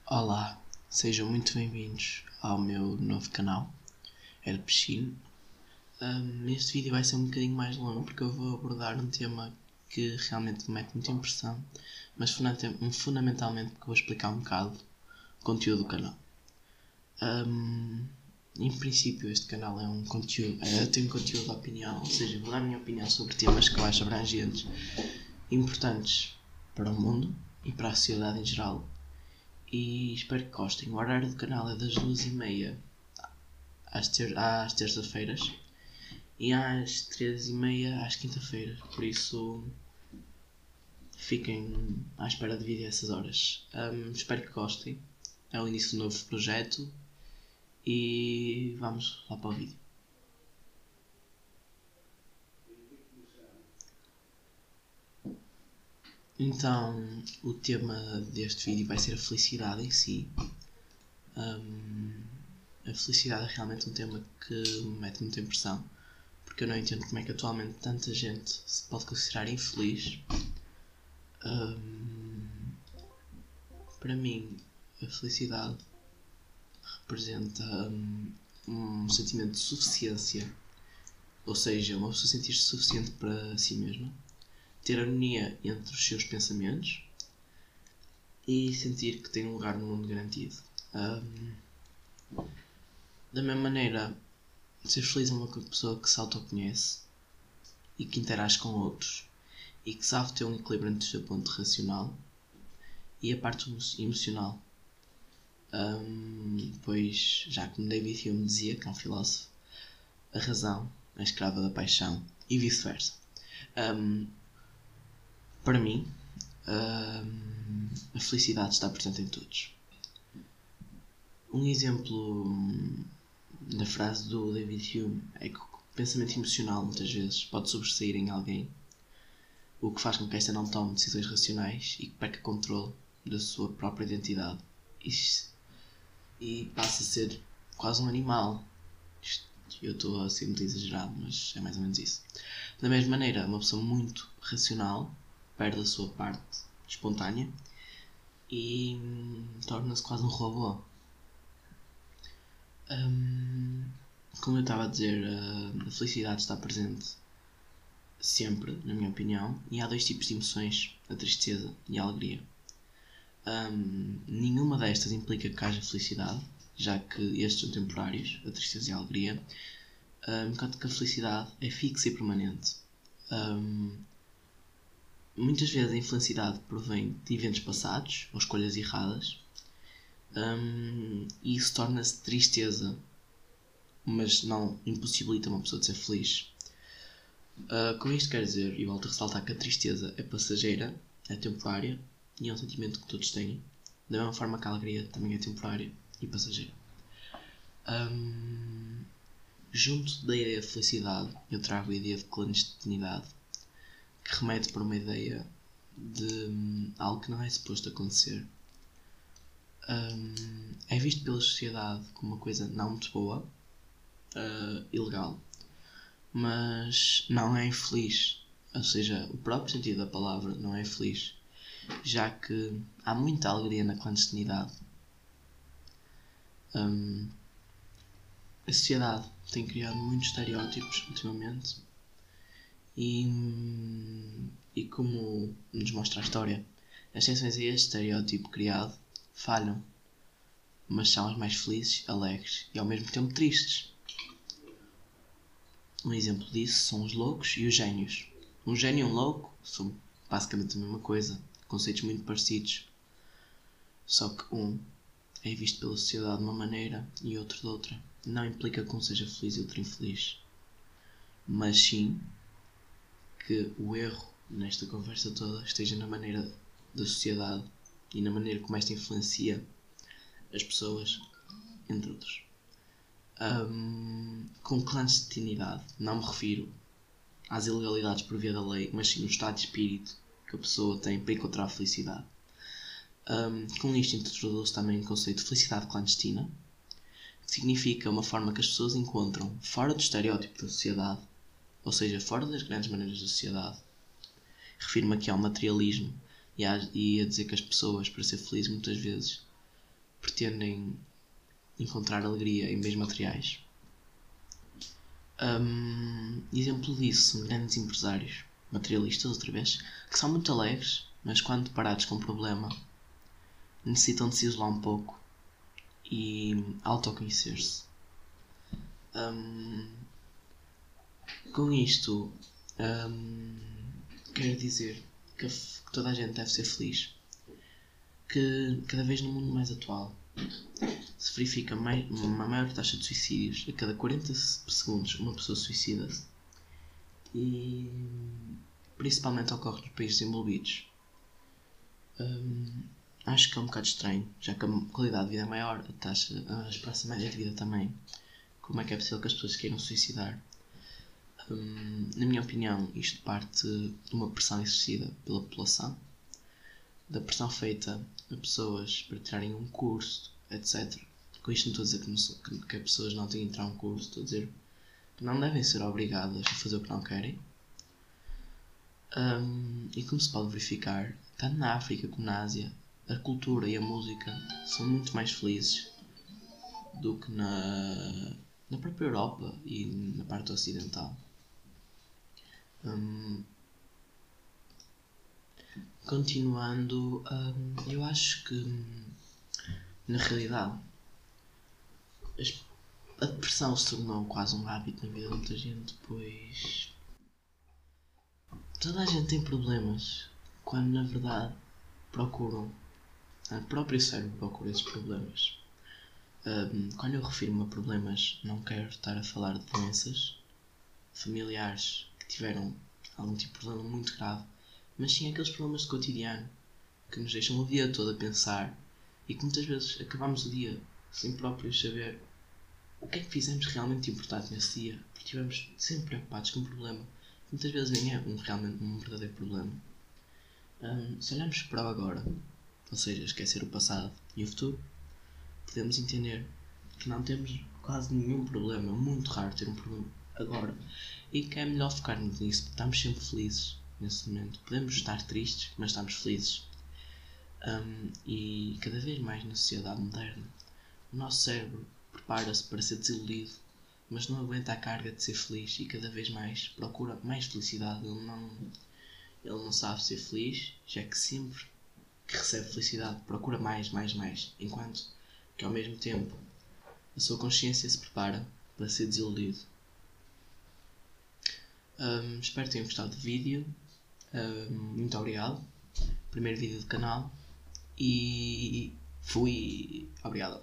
Olá, sejam muito bem-vindos ao meu novo canal, El Peixinho. Este vídeo vai ser um bocadinho mais longo porque eu vou abordar um tema que realmente me mete muita impressão, mas fundamentalmente porque vou explicar um bocado o conteúdo do canal. Em princípio este canal é um conteúdo, tem um conteúdo de opinião, ou seja, vou dar a minha opinião sobre temas que eu acho abrangentes e importantes para o mundo e para a sociedade em geral. E espero que gostem. O horário do canal é das 2h30 às terças-feiras e às 3h30 às quinta-feiras. Por isso fiquem à espera de vídeo a essas horas. Espero que gostem. É o início de um novo projeto e vamos lá para o vídeo. Então, o tema deste vídeo vai ser a felicidade em si. A felicidade é realmente um tema que me mete muita impressão, porque eu não entendo como é que atualmente tanta gente se pode considerar infeliz. Para mim, a felicidade representa um sentimento de suficiência, ou seja, uma pessoa sentir-se suficiente para si mesma, ter harmonia entre os seus pensamentos e sentir que tem um lugar no mundo garantido. Da mesma maneira, ser feliz é uma pessoa que se autoconhece e que interage com outros e que sabe ter um equilíbrio entre o seu ponto racional e a parte emocional. Pois, já como David Hume dizia, que é um filósofo, a razão é escrava da paixão e vice-versa. Para mim, a felicidade está presente em todos. Um exemplo da frase do David Hume é que o pensamento emocional muitas vezes pode sobressair em alguém, o que faz com que esta não tome decisões racionais e que perca controle da sua própria identidade e passe a ser quase um animal. Eu estou a ser muito exagerado, mas é mais ou menos isso. Da mesma maneira, uma pessoa muito racional perde a sua parte espontânea e torna-se quase um robô. Como eu estava a dizer, a felicidade está presente sempre, na minha opinião, e há dois tipos de emoções, a tristeza e a alegria. Nenhuma destas implica que haja felicidade, já que estes são temporários, a tristeza e a alegria, enquanto que a felicidade é fixa e permanente. Muitas vezes a infelicidade provém de eventos passados ou escolhas erradas, e isso torna-se tristeza, mas não impossibilita uma pessoa de ser feliz. Com isto quer dizer, e volto a ressaltar, que a tristeza é passageira, é temporária e é um sentimento que todos têm, da mesma forma que a alegria também é temporária e passageira. Junto da ideia de felicidade, eu trago a ideia de clandestinidade, que remete para uma ideia de algo que não é suposto acontecer. É visto pela sociedade como uma coisa não muito boa, ilegal, mas não é infeliz. Ou seja, o próprio sentido da palavra não é feliz, já que há muita alegria na clandestinidade. A sociedade tem criado muitos estereótipos ultimamente e como nos mostra a história, as exceções a este estereótipo criado falham, mas são as mais felizes, alegres e ao mesmo tempo tristes. Um exemplo disso são os loucos e os génios. Um gênio e um louco são basicamente a mesma coisa, conceitos muito parecidos, só que um é visto pela sociedade de uma maneira e outro de outra. Não implica que um seja feliz e outro infeliz, mas sim que o erro nesta conversa toda esteja na maneira da sociedade e na maneira como esta influencia as pessoas, entre outros. Com clandestinidade não me refiro às ilegalidades por via da lei, mas sim no estado de espírito que a pessoa tem para encontrar a felicidade. Com isto introduz também o conceito de felicidade clandestina, que significa uma forma que as pessoas encontram fora do estereótipo da sociedade, ou seja, fora das grandes maneiras da sociedade. Refiro-me aqui ao materialismo e a dizer que as pessoas, para ser felizes, muitas vezes pretendem encontrar alegria em bens materiais. Exemplo disso são grandes empresários, materialistas outra vez, que são muito alegres, mas quando deparados com um problema necessitam de se isolar um pouco e autoconhecer-se. Com isto, quero dizer que toda a gente deve ser feliz, que cada vez no mundo mais atual se verifica uma maior taxa de suicídios. A cada 40 segundos uma pessoa suicida-se, e principalmente ocorre nos países desenvolvidos. Acho que é um bocado estranho, já que a qualidade de vida é maior, a esperança média de vida também. Como é que é possível que as pessoas queiram suicidar? Na minha opinião, isto parte de uma pressão exercida pela população, da pressão feita a pessoas para tirarem um curso, etc. Com isto não estou a dizer que as pessoas não têm de entrar um curso, estou a dizer que não devem ser obrigadas a fazer o que não querem. E como se pode verificar, tanto na África como na Ásia, a cultura e a música são muito mais felizes do que na própria Europa e na parte ocidental. Continuando, eu acho que na realidade a depressão se tornou quase um hábito na vida de muita gente, pois toda a gente tem problemas, quando na verdade procuram, o próprio cérebro procura esses problemas. Quando eu refiro-me a problemas, não quero estar a falar de doenças familiares que tiveram algum tipo de problema muito grave, mas sim aqueles problemas de cotidiano que nos deixam o dia todo a pensar e que muitas vezes acabamos o dia sem próprios saber o que é que fizemos realmente importante nesse dia, porque estivemos sempre preocupados com um problema que muitas vezes nem é realmente um verdadeiro problema. Se olharmos para o agora, ou seja, esquecer o passado e o futuro, podemos entender que não temos quase nenhum problema, é muito raro ter um problema agora, e que é melhor focar-nos nisso, porque estamos sempre felizes nesse momento. Podemos estar tristes, mas estamos felizes. E cada vez mais na sociedade moderna, o nosso cérebro prepara-se para ser desiludido, mas não aguenta a carga de ser feliz e cada vez mais procura mais felicidade. Ele não sabe ser feliz, já que sempre que recebe felicidade procura mais, enquanto que ao mesmo tempo a sua consciência se prepara para ser desiludido. Espero que tenham gostado do vídeo. Muito obrigado. Primeiro vídeo do canal. E fui. Obrigado.